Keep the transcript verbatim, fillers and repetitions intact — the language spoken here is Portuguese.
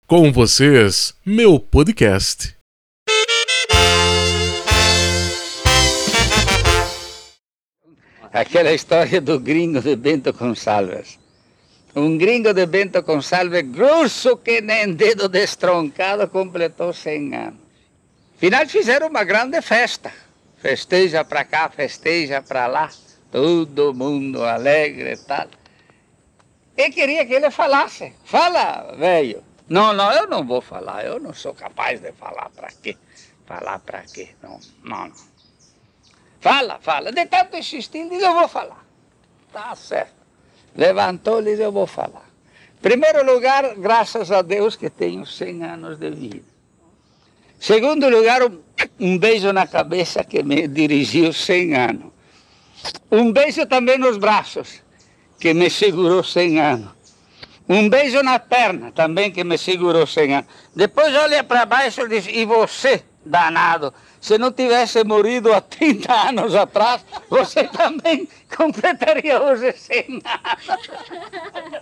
Com vocês, meu podcast. Aquela história do gringo de Bento Gonçalves. Um gringo de Bento Gonçalves, grosso que nem dedo destroncado, completou cem anos. Final fizeram uma grande festa. Festeja para cá, festeja para lá. Todo mundo alegre e tal. E queria que ele falasse. Fala, velho. Não, não, eu não vou falar. Eu não sou capaz de falar. Para quê? Falar para quê? Não, não, não. Fala, fala. De tanto insistir, diz, eu vou falar. Tá certo. Levantou e disse, eu vou falar. Primeiro lugar, graças a Deus que tenho cem anos de vida. Segundo lugar, um, um beijo na cabeça que me dirigiu cem anos. Um beijo também nos braços, que me segurou cem anos. Um beijo na perna, também que me segurou cem anos. Depois olha para baixo e diz, e você, danado, se não tivesse morrido há trinta anos atrás, você também completaria hoje cem anos.